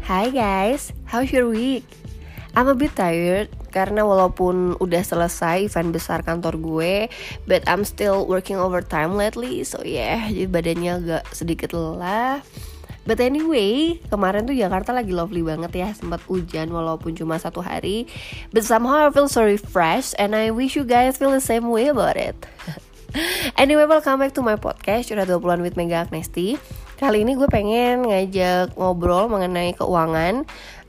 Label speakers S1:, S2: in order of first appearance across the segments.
S1: Hi guys, how's your week? I'm a bit tired karena walaupun udah selesai event besar kantor gue, but I'm still working overtime lately, so yeah, jadi badannya agak sedikit lelah. But anyway, kemarin tuh Jakarta lagi lovely banget ya, sempat hujan walaupun cuma 1 hari, but somehow I feel so refreshed and I wish you guys feel the same way about it. Anyway, welcome back to my podcast Curhat 20-an with Mega Agnesti. Kali ini gue pengen ngajak ngobrol mengenai keuangan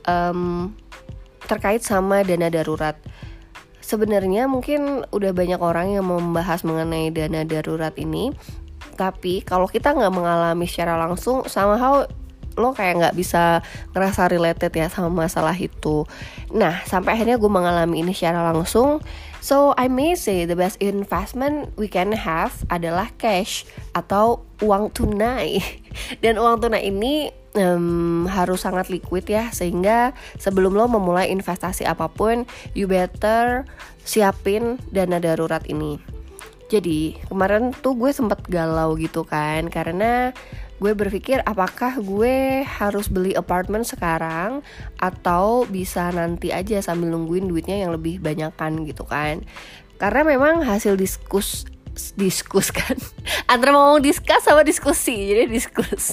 S1: terkait sama dana darurat. Sebenarnya mungkin udah banyak orang yang membahas mengenai dana darurat ini, tapi kalau kita nggak mengalami secara langsung, somehow lo kayak nggak bisa ngerasa related ya sama masalah itu. Nah, sampai akhirnya gue mengalami ini secara langsung. So I may say the best investment we can have adalah cash atau uang tunai. Dan uang tunai ini harus sangat liquid ya, sehingga sebelum lo memulai investasi apapun, you better siapin dana darurat ini. Jadi kemarin tuh gue sempet galau gitu kan, karena gue berpikir apakah gue harus beli apartemen sekarang atau bisa nanti aja sambil nungguin duitnya yang lebih banyakan gitu kan. Karena memang hasil diskus kan antara mau discuss sama diskusi, jadi diskus.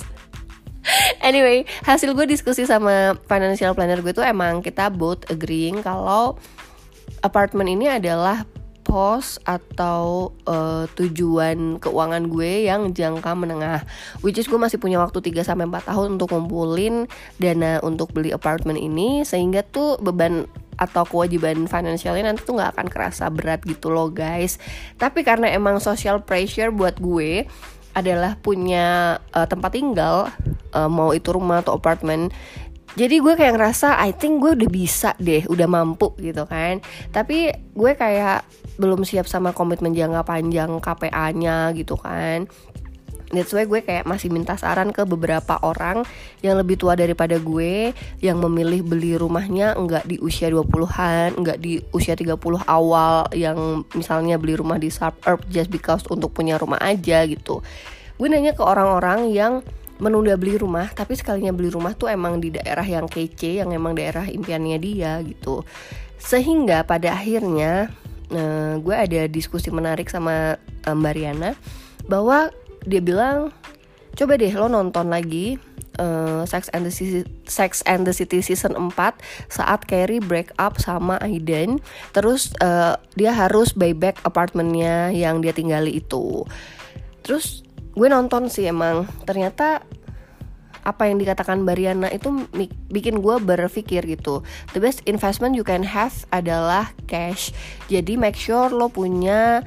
S1: Anyway, hasil gue diskusi sama financial planner gue tuh emang kita both agreeing kalau apartemen ini adalah pos atau tujuan keuangan gue yang jangka menengah, which is gue masih punya waktu 3-4 tahun untuk ngumpulin dana untuk beli apartemen ini, sehingga tuh beban atau kewajiban finansialnya nanti tuh gak akan kerasa berat gitu loh guys. Tapi karena emang social pressure buat gue adalah punya tempat tinggal, mau itu rumah atau apartemen, jadi gue kayak ngerasa I think gue udah bisa deh, udah mampu gitu kan. Tapi gue kayak belum siap sama komitmen jangka panjang KPA-nya gitu kan. That's why gue kayak masih minta saran ke beberapa orang yang lebih tua daripada gue, yang memilih beli rumahnya enggak di usia 20-an, enggak di usia 30 awal, yang misalnya beli rumah di suburb just because untuk punya rumah aja gitu. Gue nanya ke orang-orang yang menunda beli rumah, tapi sekalinya beli rumah tuh emang di daerah yang kece, yang emang daerah impiannya dia gitu. Sehingga pada akhirnya gue ada diskusi menarik sama Mbak Riana, bahwa dia bilang, coba deh lo nonton lagi Sex and the City season 4 saat Carrie break up sama Aiden. Terus dia harus buy back apartemennya yang dia tinggali itu. Terus gue nonton sih, emang ternyata apa yang dikatakan Bariana itu bikin gue berpikir gitu. The best investment you can have adalah cash. Jadi make sure lo punya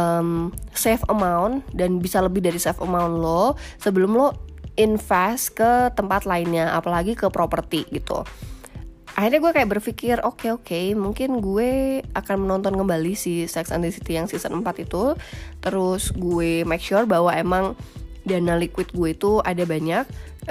S1: save amount, dan bisa lebih dari save amount lo sebelum lo invest ke tempat lainnya, apalagi ke properti gitu. Akhirnya gue kayak berpikir oke, mungkin gue akan menonton kembali si Sex and the City yang season 4 itu. Terus gue make sure bahwa emang dana liquid gue itu ada banyak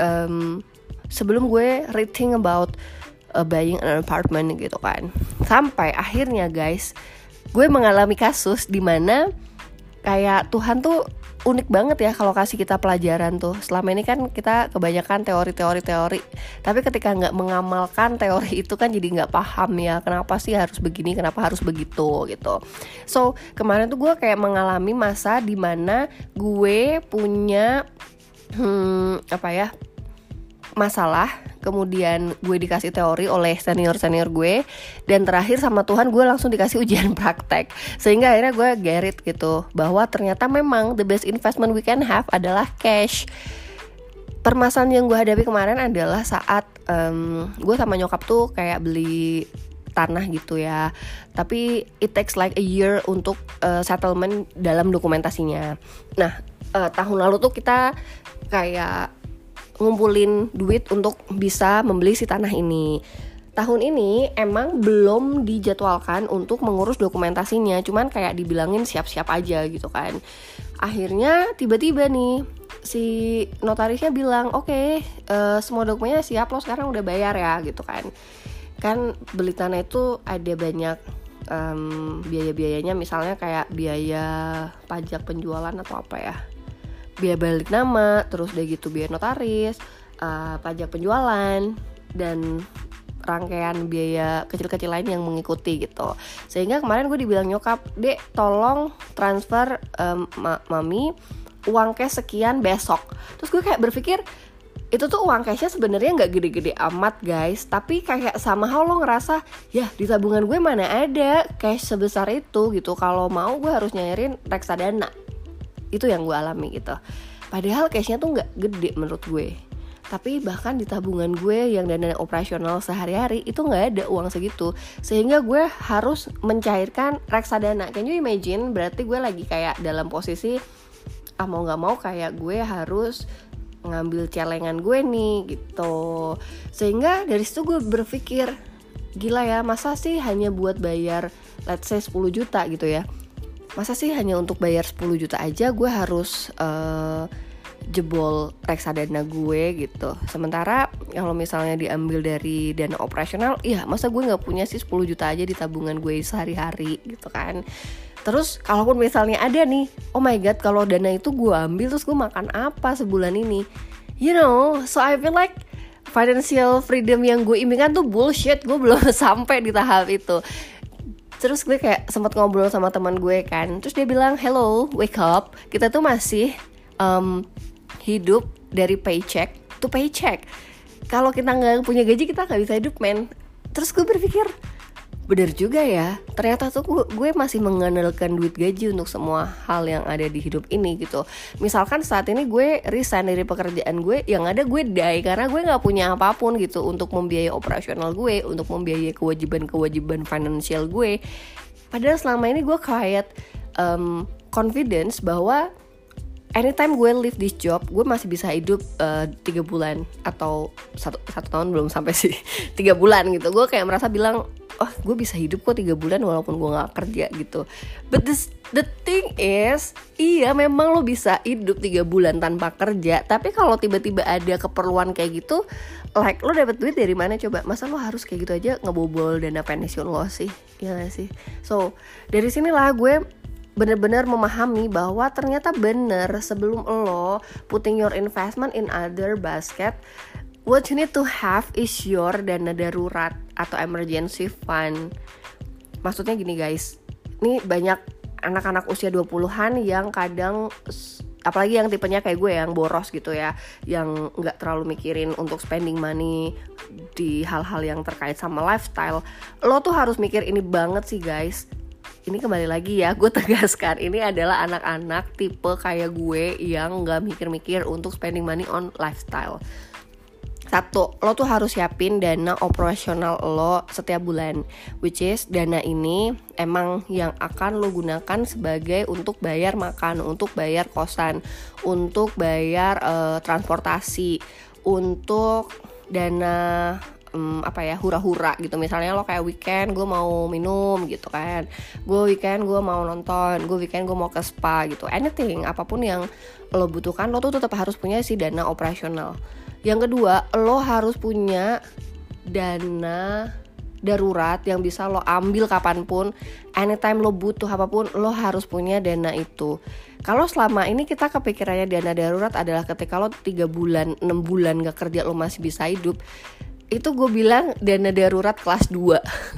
S1: sebelum gue rethink about buying an apartment gitu kan. Sampai akhirnya guys, gue mengalami kasus dimana kayak Tuhan tuh unik banget ya kalau kasih kita pelajaran tuh. Selama ini kan kita kebanyakan teori, tapi ketika gak mengamalkan teori itu kan jadi gak paham ya, kenapa sih harus begini, kenapa harus begitu gitu. So kemarin tuh gue kayak mengalami masa dimana gue punya masalah, kemudian gue dikasih teori oleh senior gue, dan terakhir sama Tuhan gue langsung dikasih ujian praktek. Sehingga akhirnya gue get it gitu, bahwa ternyata memang the best investment we can have adalah cash. Permasalahan yang gue hadapi kemarin adalah saat gue sama nyokap tuh kayak beli tanah gitu ya, tapi it takes like a year untuk settlement dalam dokumentasinya. Nah, tahun lalu tuh kita kayak ngumpulin duit untuk bisa membeli si tanah ini. Tahun ini emang belum dijadwalkan untuk mengurus dokumentasinya, cuman kayak dibilangin siap-siap aja gitu kan. Akhirnya tiba-tiba nih si notarisnya bilang, oke, semua dokumennya siap, lo sekarang udah bayar ya gitu kan. Kan beli tanah itu ada banyak biaya-biayanya, misalnya kayak biaya pajak penjualan atau apa ya, biaya balik nama, terus udah gitu biaya notaris, pajak penjualan, dan rangkaian biaya kecil-kecil lain yang mengikuti gitu. Sehingga kemarin gue dibilang nyokap, Dek tolong transfer mami uang cash sekian besok. Terus gue kayak berpikir, itu tuh uang cashnya sebenarnya nggak gede-gede amat guys, tapi kayak somehow lo ngerasa ya di tabungan gue mana ada cash sebesar itu gitu. Kalau mau gue harus nyairin reksadana. Itu yang gue alami gitu. Padahal cashnya tuh nggak gede menurut gue, tapi bahkan di tabungan gue yang dana operasional sehari-hari itu nggak ada uang segitu, sehingga gue harus mencairkan reksadana. Can you imagine? Berarti gue lagi kayak dalam posisi mau nggak mau kayak gue harus ngambil celengan gue nih gitu. Sehingga dari situ gue berpikir, gila ya, masa sih hanya buat bayar let's say 10 juta gitu ya, masa sih hanya untuk bayar 10 juta aja gue harus jebol reksadana gue gitu. Sementara kalau misalnya diambil dari dana operasional, ya masa gue gak punya sih 10 juta aja di tabungan gue sehari-hari gitu kan. Terus kalaupun misalnya ada nih, oh my god, kalau dana itu gue ambil terus gue makan apa sebulan ini, you know. So I feel like financial freedom yang gue impikan tuh bullshit. Gue belum sampai di tahap itu. Terus gue kayak sempat ngobrol sama teman gue kan, terus dia bilang, hello, wake up, kita tuh masih hidup dari paycheck to paycheck. Kalau kita nggak punya gaji, kita nggak bisa hidup, men. Terus gue berpikir, bener juga ya, ternyata tuh gue masih mengandalkan duit gaji untuk semua hal yang ada di hidup ini gitu. Misalkan saat ini gue resign dari pekerjaan gue, yang ada gue die karena gue gak punya apapun gitu untuk membiayai operasional gue, untuk membiayai kewajiban financial gue. Padahal selama ini gue kayak confidence bahwa anytime gue leave this job, gue masih bisa hidup 3 bulan atau satu tahun, belum sampai sih 3 bulan gitu. Gue kayak merasa bilang, oh gue bisa hidup kok 3 bulan walaupun gue gak kerja gitu. But the thing is, iya memang lo bisa hidup 3 bulan tanpa kerja, tapi kalau tiba-tiba ada keperluan kayak gitu, like lo dapet duit dari mana coba? Masa lo harus kayak gitu aja ngebobol dana pensiun lo sih? Iya gak sih? So dari sinilah gue bener-bener memahami bahwa ternyata bener, sebelum lo putting your investment in other basket, what you need to have is your dana darurat atau emergency fund. Maksudnya gini guys, ini banyak anak-anak usia 20-an yang kadang, apalagi yang tipenya kayak gue yang boros gitu ya, yang gak terlalu mikirin untuk spending money di hal-hal yang terkait sama lifestyle. Lo tuh harus mikir ini banget sih guys. Ini kembali lagi ya, gue tegaskan, ini adalah anak-anak tipe kayak gue yang gak mikir-mikir untuk spending money on lifestyle. Satu, lo tuh harus siapin dana operasional lo setiap bulan, which is dana ini emang yang akan lo gunakan sebagai untuk bayar makan, untuk bayar kosan, untuk bayar transportasi, untuk dana hura-hura gitu. Misalnya lo kayak weekend gue mau minum gitu kan, gue weekend gue mau nonton, gue weekend gue mau ke spa gitu. Anything, apapun yang lo butuhkan, lo tuh tetap harus punya si dana operasional. Yang kedua, lo harus punya dana darurat yang bisa lo ambil kapanpun, anytime lo butuh apapun, lo harus punya dana itu. Kalau selama ini kita kepikirannya dana darurat adalah ketika lo 3 bulan, 6 bulan gak kerja lo masih bisa hidup, itu gue bilang dana darurat kelas 2.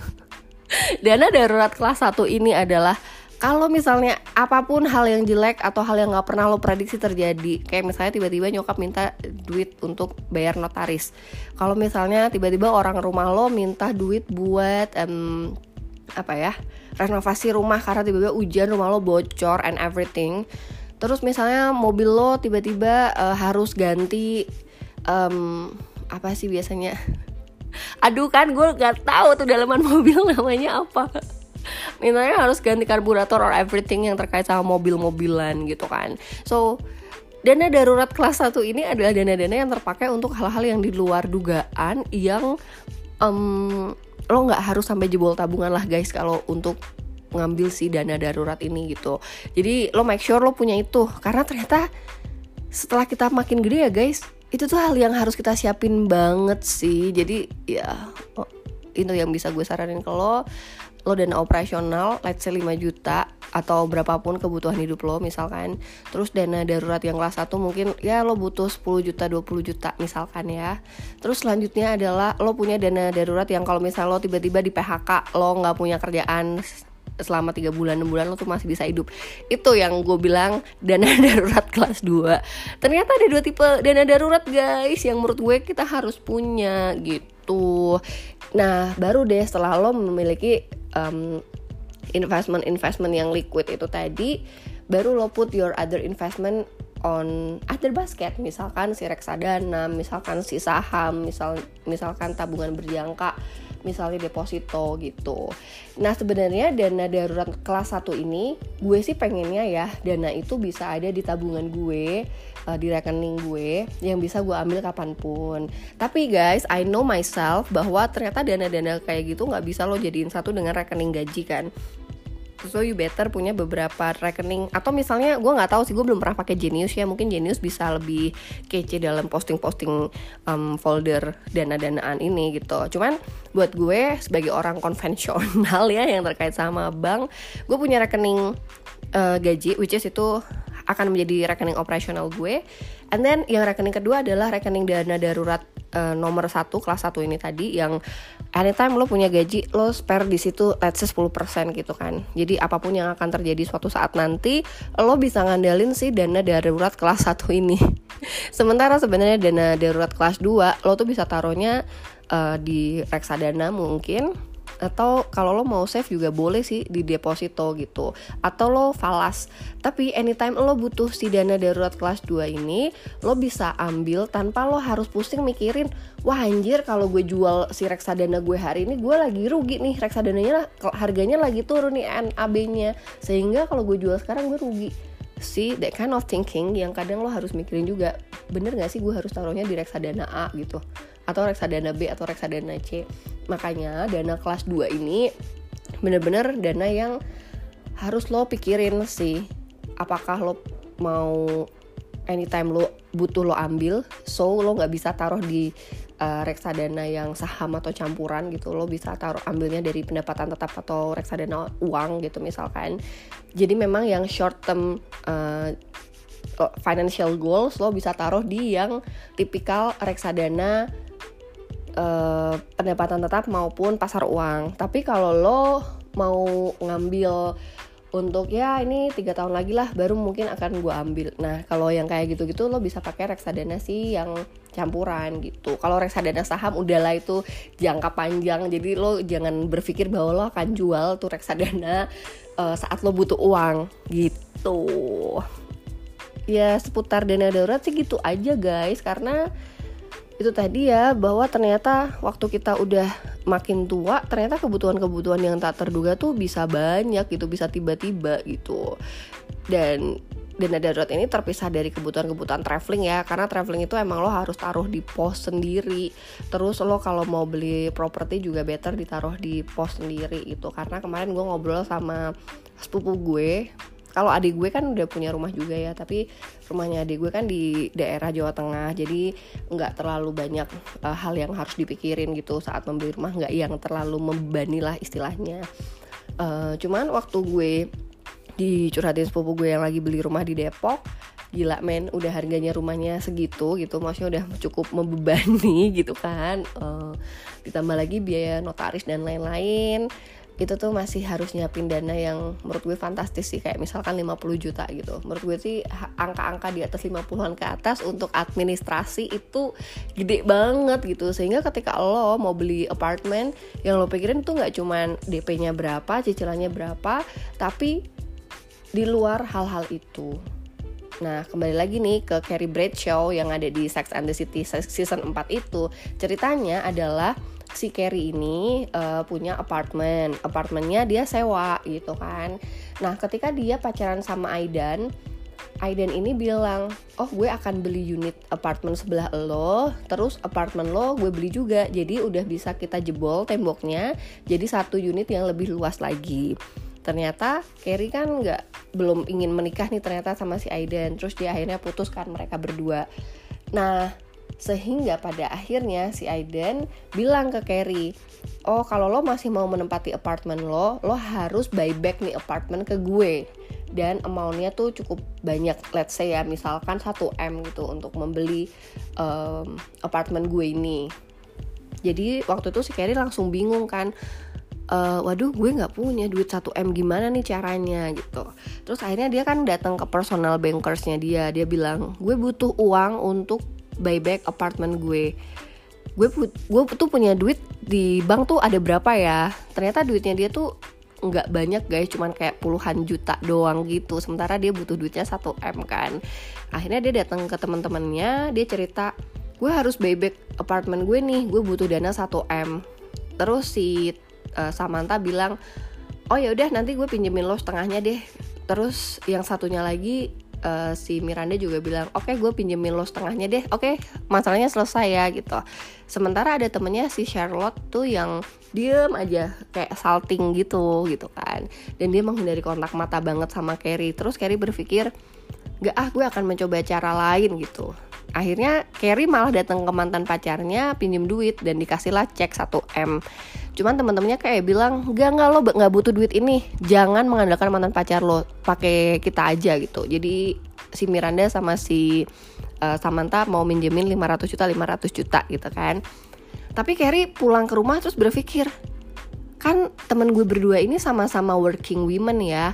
S1: Dana darurat kelas 1 ini adalah kalau misalnya apapun hal yang jelek atau hal yang gak pernah lo prediksi terjadi, kayak misalnya tiba-tiba nyokap minta duit untuk bayar notaris, kalau misalnya tiba-tiba orang rumah lo minta duit buat renovasi rumah karena tiba-tiba hujan, rumah lo bocor and everything. Terus misalnya mobil lo tiba-tiba harus ganti apa sih biasanya? Aduh kan gue gak tahu tuh dalaman mobil namanya apa. Misalnya harus ganti karburator or everything yang terkait sama mobil-mobilan gitu kan. So dana darurat kelas 1 ini adalah dana-dana yang terpakai untuk hal-hal yang di luar dugaan, yang lo gak harus sampai jebol tabungan lah guys kalau untuk ngambil si dana darurat ini gitu. Jadi lo make sure lo punya itu, karena ternyata setelah kita makin gede ya guys, itu tuh hal yang harus kita siapin banget sih. Jadi ya itu yang bisa gue saranin ke lo dana operasional let's say 5 juta, atau berapapun kebutuhan hidup lo misalkan. Terus dana darurat yang kelas 1 mungkin ya lo butuh 10 juta 20 juta misalkan ya. Terus selanjutnya adalah lo punya dana darurat yang kalau misalnya lo tiba-tiba di PHK, lo gak punya kerjaan selama 3 bulan 6 bulan, lo tuh masih bisa hidup. Itu yang gue bilang dana darurat kelas 2. Ternyata ada 2 tipe dana darurat guys, yang menurut gue kita harus punya gitu. Nah baru deh setelah lo memiliki investment yang liquid itu tadi, baru lo put your other investment on other basket, misalkan si reksadana, misalkan si saham, misalkan tabungan berjangka, misalnya deposito gitu. Nah sebenarnya dana darurat kelas 1 ini gue sih pengennya ya dana itu bisa ada di tabungan gue, di rekening gue yang bisa gue ambil kapanpun. Tapi guys, I know myself bahwa ternyata dana-dana kayak gitu gak bisa lo jadiin satu dengan rekening gaji kan. So you better punya beberapa rekening, atau misalnya gue nggak tahu sih, gue belum pernah pakai Genius ya, mungkin Genius bisa lebih kece dalam posting folder dana-danaan ini gitu. Cuman buat gue sebagai orang konvensional ya yang terkait sama bank, gue punya rekening gaji, which is itu akan menjadi rekening operasional gue. And then yang rekening kedua adalah rekening dana darurat nomor 1 kelas 1 ini tadi, yang anytime lo punya gaji lo spare di situ let's say 10% gitu kan. Jadi apapun yang akan terjadi suatu saat nanti, lo bisa ngandalin si dana darurat kelas 1 ini. Sementara sebenarnya dana darurat kelas 2 lo tuh bisa taruhnya di reksadana mungkin, atau kalau lo mau save juga boleh sih di deposito gitu, atau lo falas. Tapi anytime lo butuh si dana darurat kelas 2 ini, lo bisa ambil tanpa lo harus pusing mikirin, wah anjir kalau gue jual si reksadana gue hari ini gue lagi rugi nih, reksadananya harganya lagi turun nih NAB-nya, sehingga kalau gue jual sekarang gue rugi. See, that kind of thinking yang kadang lo harus mikirin juga, bener gak sih gue harus taruhnya di reksadana A gitu, atau reksadana B atau reksadana C. Makanya dana kelas 2 ini bener-bener dana yang harus lo pikirin sih, apakah lo mau anytime lo butuh lo ambil, so lo gak bisa taruh di reksadana yang saham atau campuran gitu, lo bisa taruh ambilnya dari pendapatan tetap atau reksadana uang gitu misalkan. Jadi memang yang short term financial goals lo bisa taruh di yang tipikal reksadana pendapatan tetap maupun pasar uang. Tapi kalau lo mau ngambil untuk ya ini 3 tahun lagi lah baru mungkin akan gue ambil, nah kalau yang kayak gitu-gitu lo bisa pakai reksadana sih yang campuran gitu. Kalau reksadana saham udahlah itu jangka panjang, jadi lo jangan berpikir bahwa lo akan jual tuh reksadana saat lo butuh uang gitu. Ya seputar dana darurat sih gitu aja guys, karena itu tadi ya, bahwa ternyata waktu kita udah makin tua, ternyata kebutuhan-kebutuhan yang tak terduga tuh bisa banyak gitu, bisa tiba-tiba gitu. Dan dana darurat ini terpisah dari kebutuhan-kebutuhan traveling ya, karena traveling itu emang lo harus taruh di pos sendiri. Terus lo kalau mau beli properti juga better ditaruh di pos sendiri gitu. Karena kemarin gue ngobrol sama sepupu gue, kalau adik gue kan udah punya rumah juga ya, tapi rumahnya adik gue kan di daerah Jawa Tengah, jadi nggak terlalu banyak hal yang harus dipikirin gitu saat membeli rumah, nggak yang terlalu membebani lah istilahnya. Cuman waktu gue dicurhatin sepupu gue yang lagi beli rumah di Depok, gila men, udah harganya rumahnya segitu gitu, maksudnya udah cukup membebani gitu kan, ditambah lagi biaya notaris dan lain-lain. Itu tuh masih harus nyiapin dana yang menurut gue fantastis sih, kayak misalkan 50 juta gitu. Menurut gue sih angka-angka di atas 50-an ke atas untuk administrasi itu gede banget gitu. Sehingga ketika lo mau beli apartemen, yang lo pikirin tuh gak cuman DP-nya berapa, cicilannya berapa, tapi di luar hal-hal itu. Nah kembali lagi nih ke Carrie Bradshaw yang ada di Sex and the City season 4 itu. Ceritanya adalah si Carrie ini punya apartemennya dia sewa gitu kan. Nah ketika dia pacaran sama Aidan ini bilang, oh gue akan beli unit apartemen sebelah lo, terus apartemen lo gue beli juga, jadi udah bisa kita jebol temboknya jadi satu unit yang lebih luas lagi. Ternyata Carrie kan belum ingin menikah nih ternyata sama si Aidan, terus dia akhirnya putus kan mereka berdua. Nah Sehingga pada akhirnya si Aiden bilang ke Carrie, oh kalau lo masih mau menempati apartemen lo harus buy back nih apartemen ke gue. Dan amountnya tuh cukup banyak, let's say ya misalkan 1M gitu untuk membeli apartemen gue ini. Jadi waktu itu si Carrie langsung bingung kan, waduh gue gak punya duit 1M, gimana nih caranya gitu. Terus akhirnya dia kan datang ke personal bankersnya dia bilang, gue butuh uang untuk buyback apartemen gue tuh punya duit di bank tuh ada berapa ya. Ternyata duitnya dia tuh nggak banyak guys, cuman kayak puluhan juta doang gitu, sementara dia butuh duitnya 1M kan. Akhirnya dia datang ke teman-temannya, dia cerita, gue harus buyback apartemen gue nih, gue butuh dana 1M. Terus si Samantha bilang, oh ya udah nanti gue pinjemin lo setengahnya deh. Terus yang satunya lagi si Miranda juga bilang, oke, gue pinjemin lo setengahnya deh, oke, masalahnya selesai ya gitu. Sementara ada temennya si Charlotte tuh yang diem aja kayak salting gitu kan, dan dia menghindari kontak mata banget sama Carrie. Terus Carrie berpikir, gue akan mencoba cara lain gitu. Akhirnya Carrie malah datang ke mantan pacarnya pinjem duit dan dikasihlah cek 1M. Cuman teman-temannya kayak bilang, enggak lo nggak butuh duit ini, jangan mengandalkan mantan pacar lo, pakai kita aja gitu. Jadi si Miranda sama si Samantha mau minjemin 500 juta gitu kan. Tapi Carrie pulang ke rumah terus berpikir, kan temen gue berdua ini sama-sama working women ya,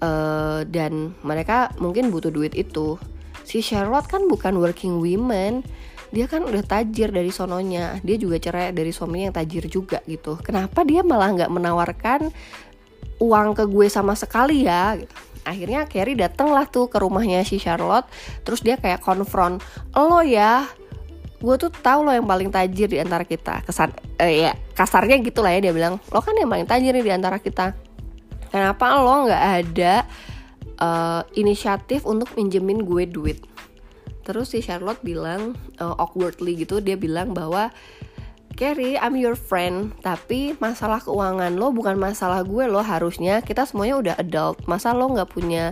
S1: dan mereka mungkin butuh duit itu. Si Charlotte kan bukan working women, dia kan udah tajir dari sononya, dia juga cerai dari suaminya yang tajir juga gitu. Kenapa dia malah gak menawarkan uang ke gue sama sekali ya gitu. Akhirnya Carrie dateng lah tuh ke rumahnya si Charlotte. Terus dia kayak konfront, lo ya, gue tuh tahu lo yang paling tajir di antara kita. Ya kasarnya gitu lah ya, dia bilang, lo kan yang paling tajir nih di antara kita, kenapa lo gak ada inisiatif untuk minjemin gue duit. Terus si Charlotte bilang awkwardly gitu, dia bilang bahwa, Carrie, I'm your friend, tapi masalah keuangan lo bukan masalah gue lo, harusnya kita semuanya udah adult. Masa lo gak punya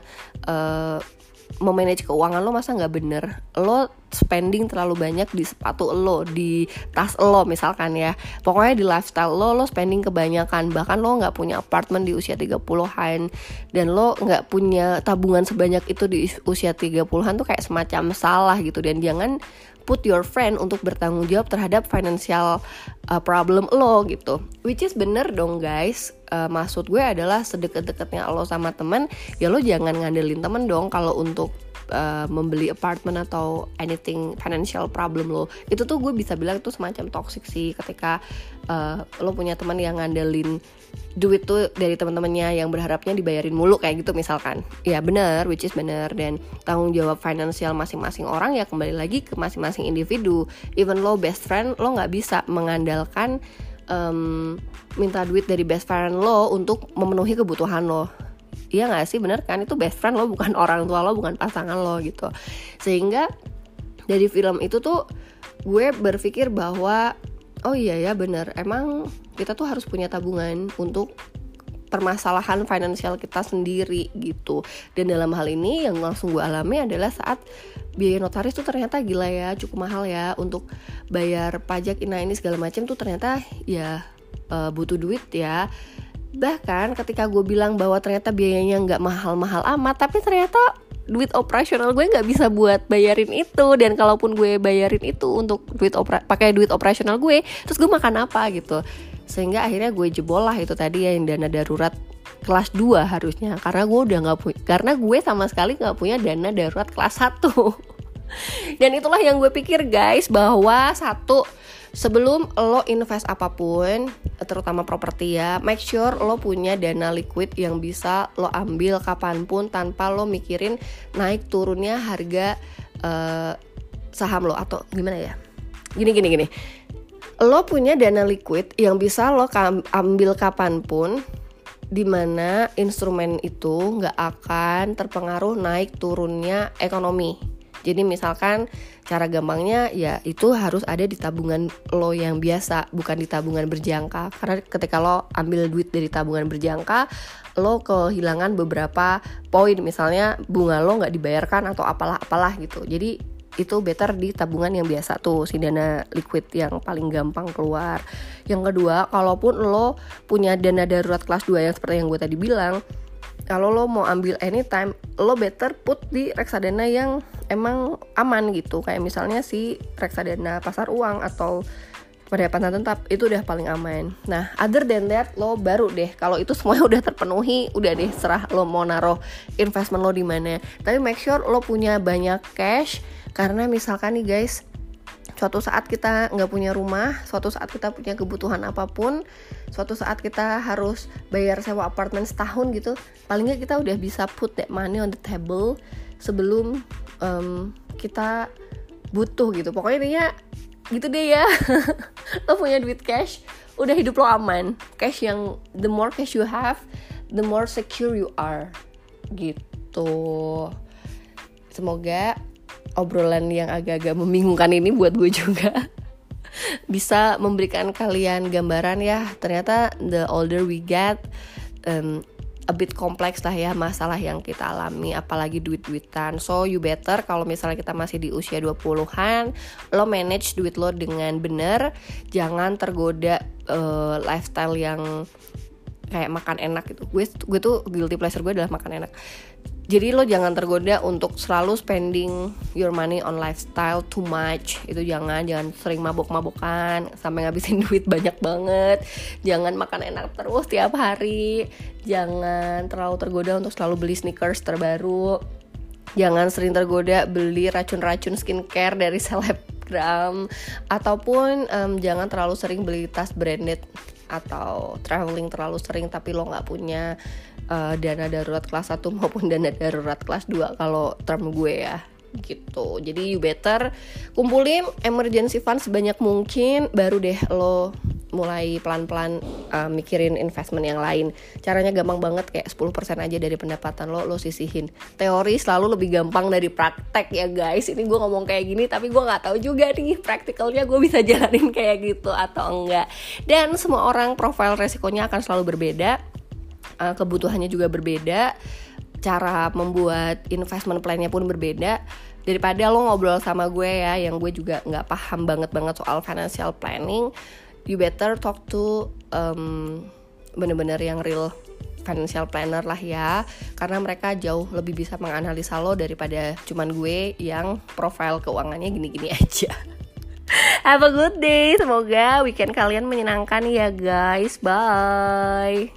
S1: memanage keuangan lo, masa gak bener? Lo spending terlalu banyak di sepatu lo, di tas lo misalkan ya, pokoknya di lifestyle lo spending kebanyakan. Bahkan lo gak punya apartemen di usia 30-an, dan lo gak punya tabungan sebanyak itu di usia 30-an tuh kayak semacam salah gitu. Dan jangan put your friend untuk bertanggung jawab terhadap financial problem lo gitu. Which is bener dong guys. Maksud gue adalah sedekat-dekatnya lo sama temen, ya lo jangan ngandelin temen dong kalau untuk membeli apartemen atau anything financial problem lo. Itu tuh gue bisa bilang itu semacam toxic sih, ketika lo punya teman yang ngandelin duit tuh dari teman-temannya yang berharapnya dibayarin mulu kayak gitu misalkan. Ya benar, which is benar. Dan tanggung jawab finansial masing-masing orang ya kembali lagi ke masing-masing individu. Even lo best friend, lo gak bisa mengandalkan minta duit dari best friend lo untuk memenuhi kebutuhan lo. Iya gak sih, bener kan? Itu best friend lo, bukan orang tua lo, bukan pasangan lo gitu. Sehingga dari film itu tuh gue berpikir bahwa oh iya ya bener, emang kita tuh harus punya tabungan untuk permasalahan finansial kita sendiri gitu. Dan dalam hal ini yang langsung gue alami adalah saat biaya notaris tuh ternyata gila ya, cukup mahal ya. Untuk bayar pajak ini segala macam tuh ternyata ya butuh duit ya. Bahkan ketika gue bilang bahwa ternyata biayanya gak mahal-mahal amat, tapi ternyata duit operasional gue gak bisa buat bayarin itu. Dan kalaupun gue bayarin itu untuk pakai duit operasional gue, terus gue makan apa gitu. Sehingga akhirnya gue jebol lah itu tadi ya, yang dana darurat kelas 2 harusnya. Karena gue sama sekali gak punya dana darurat kelas 1. Dan itulah yang gue pikir guys, bahwa satu, sebelum lo invest apapun, terutama properti ya, make sure lo punya dana liquid yang bisa lo ambil kapanpun tanpa lo mikirin naik turunnya harga saham lo. Atau gimana ya, gini, lo punya dana liquid yang bisa lo ambil kapanpun, dimana instrumen itu gak akan terpengaruh naik turunnya ekonomi. Jadi misalkan cara gampangnya ya itu harus ada di tabungan lo yang biasa, bukan di tabungan berjangka. Karena ketika lo ambil duit dari tabungan berjangka, lo kehilangan beberapa poin, misalnya bunga lo gak dibayarkan atau apalah gitu. Jadi itu better di tabungan yang biasa tuh, si dana liquid yang paling gampang keluar. Yang kedua, kalaupun lo punya dana darurat kelas 2 yang seperti yang gue tadi bilang, kalau lo mau ambil anytime, lo better put di reksadana yang emang aman gitu. Kayak misalnya si reksadana pasar uang atau pendapatan tetap, itu udah paling aman. Nah, other than that, lo baru deh, kalau itu semuanya udah terpenuhi, udah deh serah lo mau naruh investment lo di mana. Tapi make sure lo punya banyak cash, karena misalkan nih guys, suatu saat kita nggak punya rumah, suatu saat kita punya kebutuhan apapun, suatu saat kita harus bayar sewa apartemen setahun gitu, paling nggak kita udah bisa put that money on the table sebelum kita butuh gitu. Pokoknya intinya gitu deh ya. Lo punya duit cash, udah hidup lo aman. Cash yang, the more cash you have, the more secure you are gitu. Semoga obrolan yang agak-agak membingungkan ini buat gue juga bisa memberikan kalian gambaran ya. Ternyata the older we get, a bit kompleks lah ya masalah yang kita alami, apalagi duit-duitan. So you better kalau misalnya kita masih di usia 20-an, lo manage duit lo dengan bener. Jangan tergoda lifestyle yang kayak makan enak gitu. Gue tuh guilty pleasure gue adalah makan enak. Jadi lo jangan tergoda untuk selalu spending your money on lifestyle too much. Itu jangan sering mabok-mabokan sampai ngabisin duit banyak banget. Jangan makan enak terus tiap hari. Jangan terlalu tergoda untuk selalu beli sneakers terbaru. Jangan sering tergoda beli racun-racun skincare dari selebgram. Ataupun jangan terlalu sering beli tas branded atau traveling terlalu sering tapi lo gak punya dana darurat kelas 1 maupun dana darurat kelas 2 kalau term gue ya gitu. Jadi you better kumpulin emergency fund sebanyak mungkin, baru deh lo mulai pelan-pelan mikirin investment yang lain. Caranya gampang banget, kayak 10% aja dari pendapatan lo sisihin. Teori selalu lebih gampang dari praktek ya guys. Ini gue ngomong kayak gini tapi gue gak tahu juga nih praktikalnya gue bisa jalanin kayak gitu atau enggak. Dan semua orang profil resikonya akan selalu berbeda, kebutuhannya juga berbeda, cara membuat investment plan-nya pun berbeda. Daripada lo ngobrol sama gue ya, yang gue juga gak paham banget soal financial planning, you better talk to bener-bener yang real financial planner lah ya, karena mereka jauh lebih bisa menganalisa lo daripada cuman gue yang profil keuangannya gini-gini aja. Have a good day, semoga weekend kalian menyenangkan ya guys, bye.